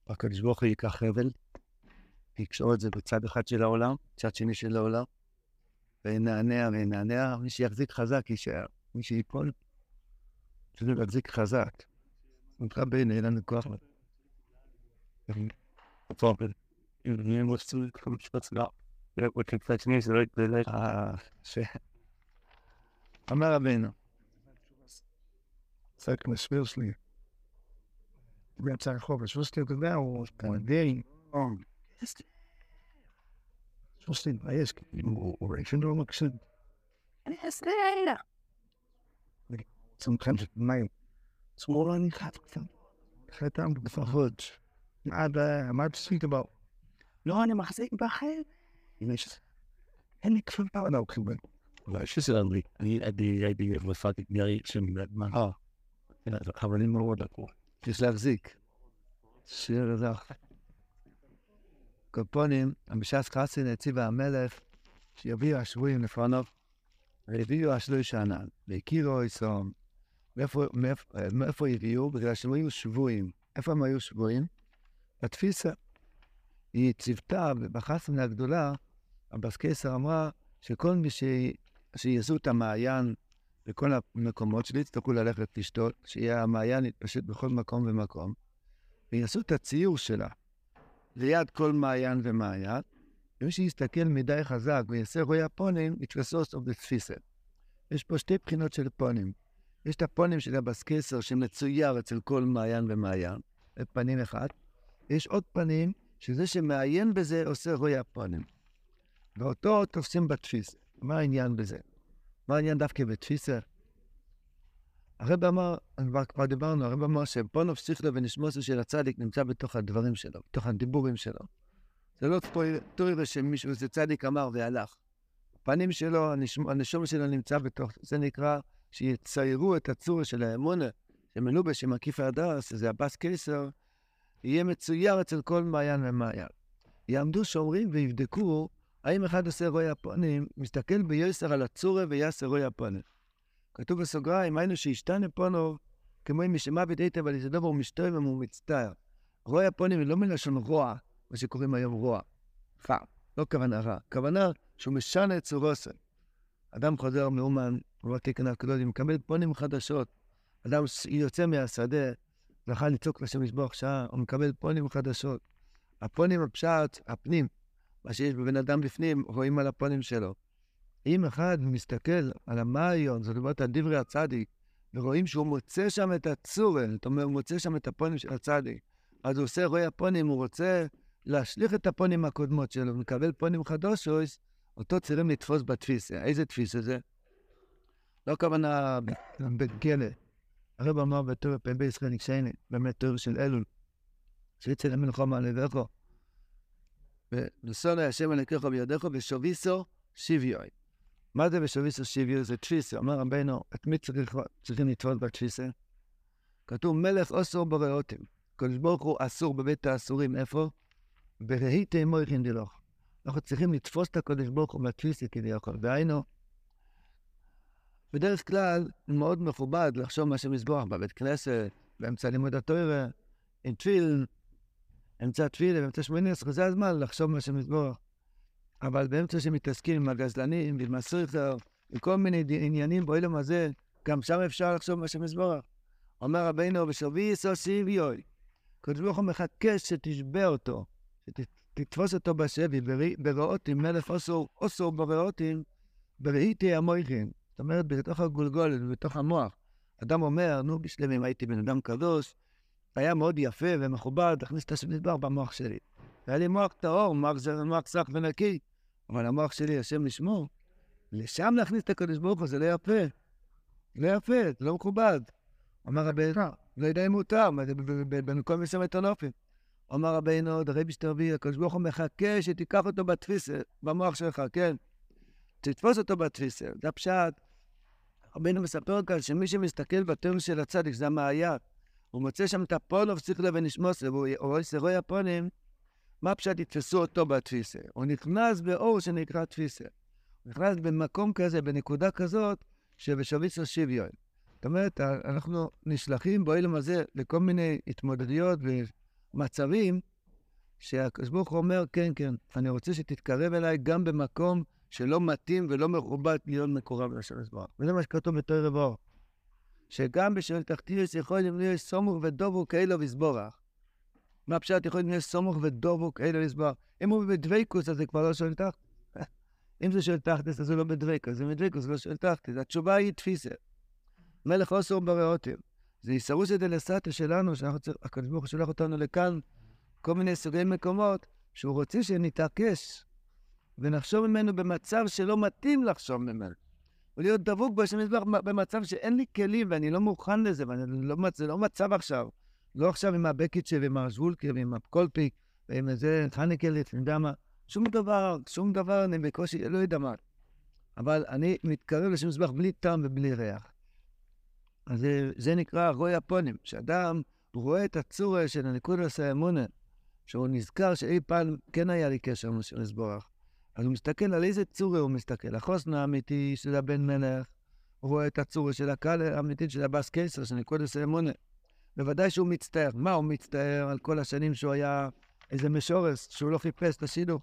הקדוש ברוך הוא ייקח חבל, יקשור את זה בצד אחד של העולם, צד שני של העולם, וינענע וינענע, מי שיחזיק חזק יישאר, מי שיפול, שזה להחזיק חזק. נקרא בין, אין לנו כוח. אמר רבינו, צעק מסביר שלי, באמצע הרחוב, שוסטי אתה יודע, הוא פועדי, שוסטי מתבייש, הוא ראשון לא מקשיב. אני אסתר. סומכם שתנאים. שמאלו אני חייב קצת. חייתם בפחות. מה תספיק about? לא, אני מחזיק בחייב. אין לי כפל פעם. לא, כפל. לא, שזה אמרי. הייתי מפתק נראי שמדמן. אבל אני מאוד לקרוא. יש להחזיק. שיר זה. קופונים, בשעת חסין הציב המלך שיביאו השבויים לפניו, והביאו השלוי שענן, והכירו איסום. מאיפה הביאו? בגלל שהם היו שבויים. איפה הם היו שבויים? התפיסה. היא ציוותה, בחסין הגדולה, הבסקייסר אמרה שכל מי שיעשו את המעיין בכל המקומות שלי, יצטרכו ללכת לשתות, שיהיה המעיין יתפשט בכל מקום ומקום, ויעשו את הציור שלה. ליד כל מעיין ומעיין, ומי שיסתכל מדי חזק ויעשה רואי הפונים, יתפסו אותו בתפיסה. יש פה שתי בחינות של פונים. יש את הפונים של הבסקייסר שמצויר אצל כל מעיין ומעיין, פנים אחד. יש עוד פנים שזה שמעיין בזה עושה רואי הפונים. ואותו תופסים בתפיסה. מה העניין בזה? מה העניין דווקא בתפיסה? הרב אמר, כבר דיברנו, הרב אמר שפונוב שכלו ונשמוסו של הצדיק נמצא בתוך הדברים שלו, בתוך הדיבורים שלו. זה לא תורי שמישהו, זה צדיק אמר והלך. הפנים שלו, הנשום שלו נמצא בתוך, זה נקרא שיציירו את הצורה של האמונה, שמלובה שמקיף הדס, זה הבס קיסר, יהיה מצויר אצל כל מעיין ומעיין. יעמדו שומרים ויבדקו, האם אחד עושה רואי הפונים, מסתכל ביוסר על הצורה ויעשה רואי הפונים. כתוב בסוגריים, היינו שישתנה פונו, כמו אם משמוות היטב, אבל זה דבר הוא משתוי והוא מצטער. רואי הפונים לא מלשון רוע, מה שקוראים היום רוע. לא כוונה רע. כוונה שהוא משנה את צורוסה. אדם חוזר מאומן, הוא רק ככנף כדודים, מקבל פונים חדשות. אדם יוצא מהשדה, ואכל לצעוק לשם לשבוח שעה, הוא מקבל פונים חדשות. הפונים הפשט, הפנים, מה שיש בבן אדם בפנים, רואים על הפונים שלו. אם אחד מסתכל על המעיון, זאת אומרת על דברי הצדיק, ורואים שהוא מוצא שם את הצורה, זאת אומרת, הוא מוצא שם את הפונים של הצדיק, אז הוא עושה רואי הפונים, הוא רוצה להשליך את הפונים הקודמות שלו, ומקבל פונים חדושות, אותו צריכים לתפוס בתפיסה. איזה תפיסה זה? לא כוונה בכלא. הרב אמר בתור פ"ב ישראל נקשייני, באמת תור של אלול, שיצא למלחמה לבכו, ונשוא השם אלוקיך בידיך ושוביסו שוויון. מה זה בשוביסו שוויון? זה תפיסה. אומר רבינו, את מי צריכים לתפוס בתפיסה? כתוב מלך אסור בריאותים. הקדוש ברוך הוא אסור בבית האסורים. איפה? בראיתי מויכין דילוך. אנחנו צריכים לתפוס את הקדוש ברוך הוא בתפיסה כדי יכול. והיינו, בדרך כלל מאוד מכובד לחשוב מה שמזבוח בבית כנסת, באמצע לימוד התורה, עם תפיל, אמצע תפילה, באמצע שמונה עשרה, זה הזמן לחשוב מה שמזבוח. אבל באמצע שמתעסקים עם הגזלנים, עם הסריכר, עם כל מיני עניינים בעולם הזה, גם שם אפשר לחשוב מה שמזבוח. אומר רבינו, ושוביסו שוויון. הקדוש ברוך הוא מחכה שתשבה אותו, שתתפוס אותו בשבי, בראותים, מלך אסור בראותים, בראיתי המויכין. זאת אומרת, בתוך הגולגולת, בתוך המוח. אדם אומר, נו, בשלמים הייתי בן אדם קדוש, היה מאוד יפה ומכובד, להכניס את המזבח במוח שלי. היה לי מוח טהור, מוח סך ונקי, אבל המוח שלי, השם לשמור, לשם להכניס את הקדוש ברוך הוא, זה לא יפה. לא יפה, זה לא מכובד. אמר רבינו, לא יודע אם מותר, במקום מסם את הנופים. אמר רבינו, דרי בשתרבי, הקדוש ברוך הוא מחכה שתיקח אותו בתפיסה, במוח שלך, כן? תתפוס אותו בתפיסה, זה הפשט. רבינו מספר כאן שמי שמסתכל בתיאור של הצדיק, זה המעיין, הוא מוצא שם את הפונוב שכלו ונשמוסו, והוא רואה שרואי הפונים, מה פשט יתפסו אותו בתפיסה? הוא נכנס באור שנקרא תפיסה. הוא נכנס במקום כזה, בנקודה כזאת, שבשוביסו שוויון. זאת אומרת, אנחנו נשלחים בעולם הזה לכל מיני התמודדויות מצבים שהקדוש ברוך הוא אומר, כן, כן, אני רוצה שתתקרב אליי גם במקום שלא מתאים ולא מכובד להיות מקורב לשם יתברך. וזה מה שכתוב בתורה רבו. שגם בשביל תחתיוס יכולים להיות סומוך ודבוק כאלו ויסבורך. מה פשט יכולים להיות סומוך ודבוק כאלו ויסבורך? אם הוא בדבקות, אז זה כבר לא שואל תחת. אם זה שואל תחת, אז זה לא בדבקות. זה בדבקות, זה לא שואל תחת. התשובה היא תפיסה. מלך אוסור בריאותים. זה יסרוס את הלסטה שלנו, שהקדוש ברוך הוא שולח אותנו לכאן, כל מיני סוגי מקומות, שהוא רוצה שנתעקש ונחשוב ממנו במצב שלא מתאים לחשוב ממנו. ולהיות דבוק בשם יתברך במצב שאין לי כלים ואני לא מוכן לזה, זה לא מצב עכשיו. לא עכשיו עם הבקיצ'ה ועם הז'ולקה ועם הקולפיק ועם איזה חניקלית, אני יודע מה. שום דבר, אני בקושי, לא יודע מה. אבל אני מתקרב לשם יתברך בלי טעם ובלי ריח. אז זה נקרא רואי הפונים, שאדם רואה את הצורה של הנקודות האמונה, שהוא נזכר שאי פעם כן היה לי קשר לשם יתברך. אז הוא מסתכל על איזה צורה הוא מסתכל. החוסן האמיתי של הבן מלך, הוא רואה את הצורה של הקהל האמיתית של הבאס קיסר, של נקודות האמונה. בוודאי שהוא מצטער. מה הוא מצטער על כל השנים שהוא היה איזה משורס, שהוא לא חיפש את השידוך.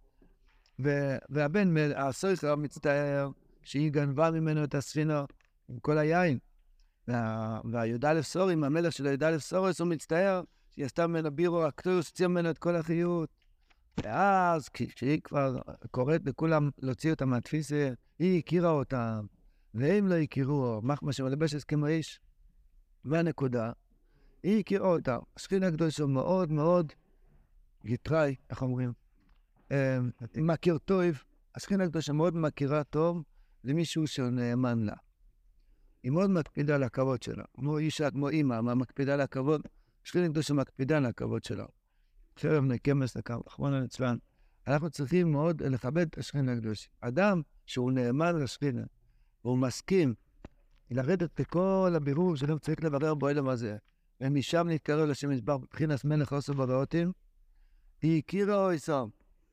והבן מלך, הסויכר מצטער שהיא גנבה ממנו את הספינה עם כל היין. והי"א סורים, המלך של הי"א סורס, הוא מצטער שהיא עשתה ממנו בירו הקטוס, הציע ממנו את כל החיות. ואז כשהיא כבר קוראת לכולם להוציא אותה מהתפיסה, היא הכירה אותם, והם לא הכירו, מה שמלבש כמו איש. והנקודה, היא הכירה אותם. השכינה הקדושה מאוד מאוד יתראי, איך אומרים? מכיר טוב, השכינה הקדושה מאוד מכירה טוב למישהו שנאמן לה. היא מאוד מקפידה על הכבוד שלה. כמו אישה, כמו אימא, מה מקפידה על הכבוד? השכינה הקדושה מקפידה על הכבוד שלה. חרב נקמס לקו, רחמנא ליצלן. אנחנו צריכים מאוד לכבד את השכינה הקדושה. אדם שהוא נאמן לשכינה, והוא מסכים לרדת לכל הבירור שלא צריך לברר בו אלו מה זה, ומשם נתקרב לשם יתברך בבחינת מלך אוסור בריאותים, היא הכירה אויסם.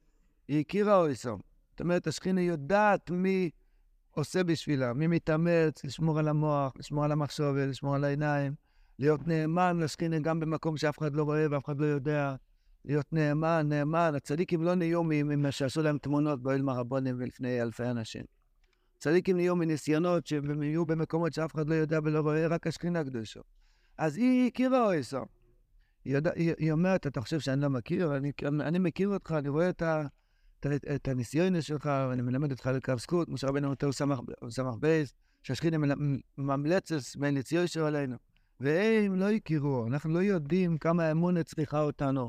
זאת אומרת, השכינה יודעת מי עושה בשבילה, מי מתאמץ לשמור על המוח, לשמור על המחשבת, לשמור על העיניים, להיות נאמן לשכינה גם במקום שאף אחד לא רואה ואף אחד לא יודע. להיות נאמן. הצדיקים לא נהיו שעשו להם תמונות באוהל מרבונים ולפני אלפי אנשים. הצדיקים נהיו מניסיונות שהם יהיו במקומות שאף אחד לא יודע ולא רואה, רק השכינה הקדושה. אז היא הכירה אויסו. היא אומרת, אתה חושב שאני לא מכיר? אני מכיר אותך, אני רואה את הניסיון שלך, ואני מלמד אותך לקו זכות, כמו שרבנו אותו הוא שמח בייס, שהשכינה ממלצת בין יציון שלו עלינו. והם לא הכירו, אנחנו לא יודעים כמה אמונה צריכה אותנו.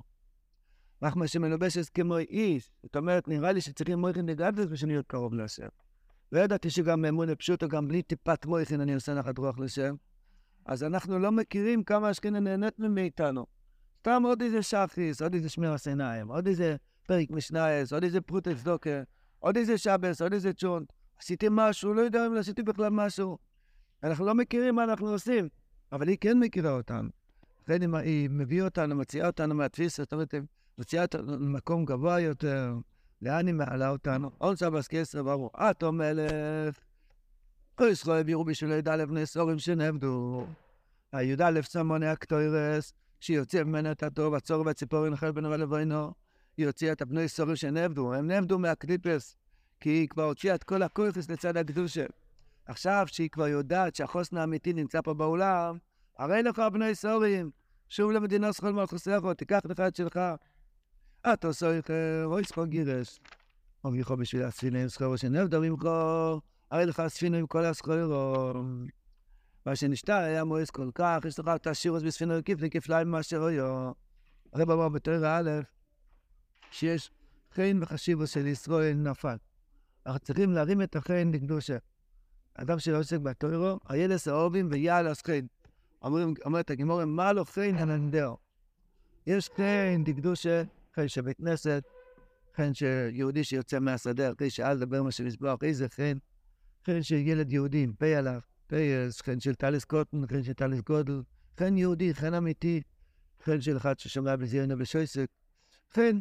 רק מה שמלובשת כמו איש, זאת אומרת, נראה לי שצריכים מויכין לגדלת בשביל להיות קרוב להשם. וידעתי שגם אמונה פשוטה, גם בלי טיפת מויכין אני עושה נחת רוח לשם. אז אנחנו לא מכירים כמה השכינה נהנית מאיתנו. סתם עוד איזה שחיס, עוד איזה שמיר הסיניים, עוד איזה פרק משנייס, עוד איזה פרוטק צדוקה, עוד איזה שבס, עוד איזה צ'ונט. עשיתי משהו, לא יודע אם עשיתי בכלל משהו. אנחנו לא מכירים מה אנחנו עושים, אבל היא כן מכירה אותנו. לכן היא מביאה אותנו, מציעה אותנו מהתפיסה, זאת אומרת, מציעה אותנו למקום גבוה יותר, לאן היא מעלה אותנו? עוד שבס כסר ברור, אתו מלך, ישראל הביאו בשביל י"א בני סורים שנעבדו. הי"א סמוני הקטוירס, שיוצא ממנו את הטוב, הצור והציפורי נחל בנו ולבוינו, היא הוציאה את הבני סורים שנעבדו, הם נעבדו מהקליפס, כי היא כבר הוציאה את כל הקורפס לצד הקדושה. עכשיו שהיא כבר יודעת שהחוסן האמיתי נמצא פה בעולם, הרי לך בני סורים, שוב למדינה סחול מלכוסך, תיקח לך את שלך. אתה עושה איך רואי סחול גירש. אוביכו בשביל הספינים סחורו שנעבדו ממכו, הרי לך הספינו עם כל הסחורו. מה שנשתה היה מועס כל כך, יש לך את השירוס בספינו כפליים מאשר היו. הרי במה בתורה א', שיש חן וחשיבו של ישראל נפל. אנחנו צריכים להרים את החן לקדושה. אדם שלא עוסק בתורה, הילס האובים ויעל הסחן. אומרת הגמרא, מה לא חן הננדר? יש חן לקדושה, חן של בית כנסת, חן של יהודי שיוצא מהשדה, אחרי שאל דבר מה שמסבוח, איזה חן? חן של ילד יהודי, פה עליו, חן של טליס קוטן, חן של טליס גודל, חן יהודי, חן אמיתי, חן של אחד ששומע בזיונו בשויסק, חן.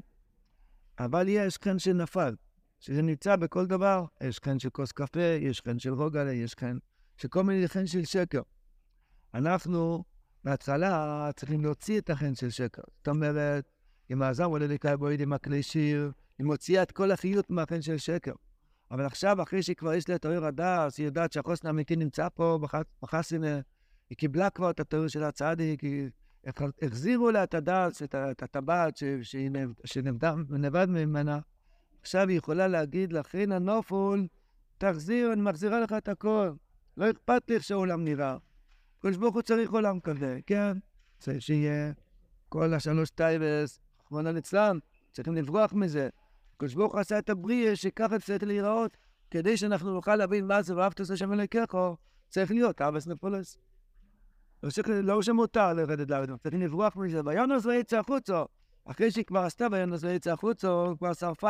אבל יש חן שנפל, שזה נמצא בכל דבר, יש חן של כוס קפה, יש חן של רוגלה, יש חן של כל מיני חן של שקר. אנחנו בהתחלה צריכים להוציא את החן של שקר. זאת אומרת, אם האזם עולה לקרוא בועד עם הכלי שיר, היא מוציאה את כל החיות מהחן של שקר. אבל עכשיו, אחרי שכבר יש לה את האור הדס, היא יודעת שהחוסן האמיתי נמצא פה בחסינה, היא קיבלה כבר את התיאור של הצדיק, היא החזירו לה את הדס, את הטבעת שנבד ממנה. עכשיו היא יכולה להגיד לכן הנופול, תחזיר, אני מחזירה לך את הכל. לא אכפת לי איך שהעולם נראה. קדוש ברוך הוא צריך עולם כזה, כן? צריך שיהיה כל השלוש טייבס, רחמנא ליצלן, צריכים לברוח מזה. קדוש ברוך הוא עשה את הבריאה שככה צריך להיראות, כדי שאנחנו נוכל להבין מה זה ואהבת עושה שם אלוקיך, צריך להיות אבס נפולס. לא שמותר לרדת לארץ, צריכים לברוח מזה. וינוס ויצא החוצו. אחרי שהיא כבר עשתה וינוס ויצא החוצו, היא כבר שרפה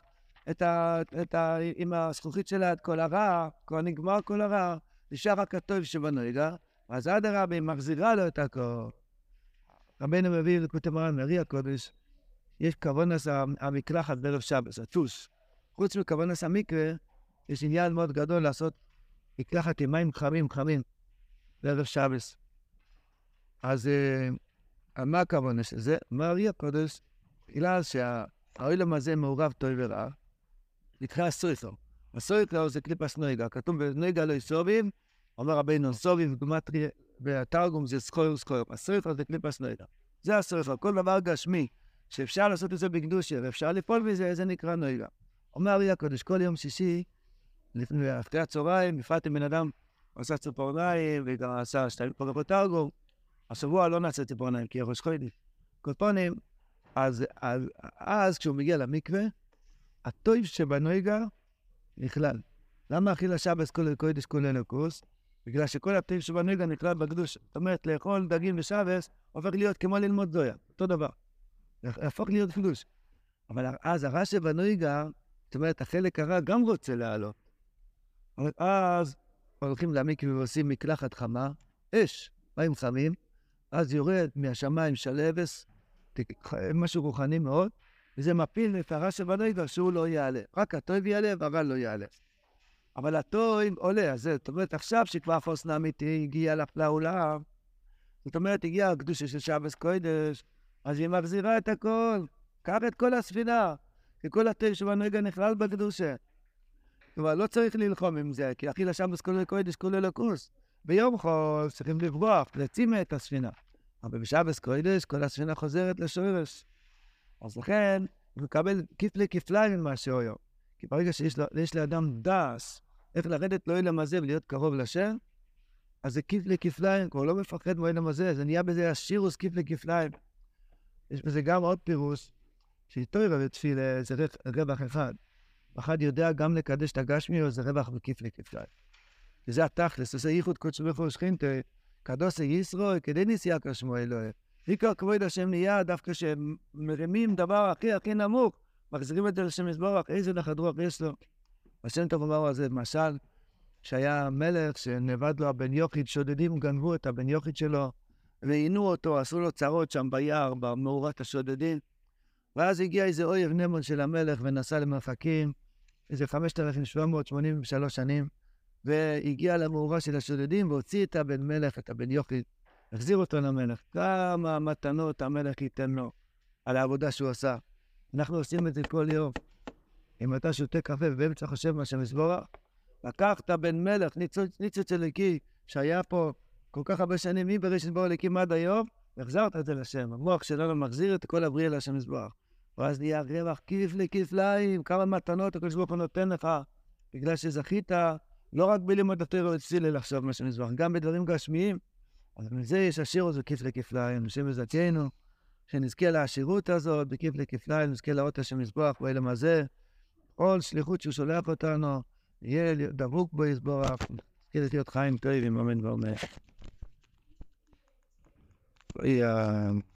עם הזכוכית שלה את כל הרע, כבר נגמר כל הרע, נשאר רק הטוב שבנויגה, אז אדרבה היא מחזירה לו את הכל. רבינו מביא לקוטי מרן מארי הקודש, יש כוונס המקלחת בערב שבס, הטוס. חוץ מכוונס המקרה, יש עניין מאוד גדול לעשות מקלחת עם מים חמים בערב שבס. אז מה הכוונס הזה? מארי הקודש, בגלל שהעולם הזה מעורב טוב ורע, נקרא הסויכו. הסויכו זה קליפס נויגה, כתוב בנויגה לא יסובים, אומר רבינו סובים וגמטרי, והתרגום זה סחור. הסויכו זה קליפס נויגה. זה הסויכו, כל דבר גשמי, שאפשר לעשות את זה בקדושה, ואפשר לפעול בזה, זה נקרא נויגה. אומר אריה הקודש, כל יום שישי, אחרי הצהריים, בפרט עם בן אדם, עושה ציפורניים, וגם עשה שתיים פה בתרגום, השבוע לא נעשה ציפורניים, כי ראש חודש. קופונים, אז כשהוא מגיע למקווה, הטוב שבנויגה נכלל. למה אכיל השבס כל הקודש כל אלוקוס? בגלל שכל הטוב שבנויגה נכלל בקדוש. זאת אומרת, לאכול דגים בשבס הופך להיות כמו ללמוד זויה. אותו דבר. הפוך להיות קדוש. אבל אז הרע שבנויגה, זאת אומרת, החלק הרע גם רוצה לעלות. אבל אז הולכים למקווה ועושים מקלחת חמה, אש, מים חמים, אז יורד מהשמיים שלבס, משהו רוחני מאוד, וזה מפיל את הרע שבנויגה שהוא לא יעלה. רק הטוב יעלה והרע לא יעלה. אבל הטוב עולה, אז זאת אומרת, עכשיו שכבר החוסן האמיתי הגיע לעולם, זאת אומרת, הגיעה הקדושה של שבס קודש, אז היא מחזירה את הכל, קח את כל הספינה, כי כל הטוב שבנויגה נכלל בקדושה. כלומר, לא צריך ללחום עם זה, כי אכיל השבס כל קודש כל אלוקוס. ביום חול צריכים לברוח, להצימה את הספינה. אבל בשבס קודש כל הספינה חוזרת לשורש. אז לכן, הוא מקבל כפלי כפליים ממה שאויו. כי ברגע שיש לאדם דס, איך לרדת לאילם הזה ולהיות קרוב לשם, אז זה כפלי כפליים, כבר לא מפחד מאילם הזה, זה נהיה בזה השירוס כפלי כפליים. יש בזה גם עוד פירוש, שתוירה ותפילה זה רווח אחד. אחד יודע גם לקדש את הגשמיות, זה רווח בכפלי כפליים. וזה התכלס, זה ייחוד קודש ברוך הוא שכינתה, קדוש ישרוי, כדי נשיאה כשמו אלוהי. עיקר כבוד השם נהיה, דווקא שמרימים דבר הכי נמוך, מחזירים את זה לשם יזברך, איזה נחת רוח יש לו. השם טוב אמרו על זה, למשל, שהיה מלך שנבד לו הבן יוחיד, שודדים גנבו את הבן יוחיד שלו, ועינו אותו, עשו לו צרות שם ביער, במאורת השודדים, ואז הגיע איזה אויב נמון של המלך, ונסע למרחקים, איזה 5,783 שנים, והגיע למאורה של השודדים, והוציא את הבן מלך, את הבן יוחיד, החזיר אותו למלך. כמה מתנות המלך ייתן לו על העבודה שהוא עשה. אנחנו עושים את זה כל יום. אם אתה שותה קפה ובאמצע חושב מה שמסבורה, לקח את הבן מלך, ניצוץ אלוקי, שהיה פה כל כך הרבה שנים, מבראשית ברא אלוקים עד היום, והחזרת את זה לשם. המוח שלנו מחזיר את כל הבריאה לשם יזברך. ואז נהיה רווח כפלי כפליים, כמה מתנות הקדוש ברוך הוא נותן לך, בגלל שזכית לא רק בלימוד התורה והתפילה לחשוב מה שמזבח, גם בדברים גשמיים. אז מזה יש עשירות וכפלי כפליים, השם יזכנו, שנזכה לעשירות הזאת, בכפלי כפליים, נזכה לאות השם יזבח באילם הזה, כל שליחות שהוא שולח אותנו, יהיה דבוק בו יזבח, נזכה להיות חיים טובים, אמן ואמן.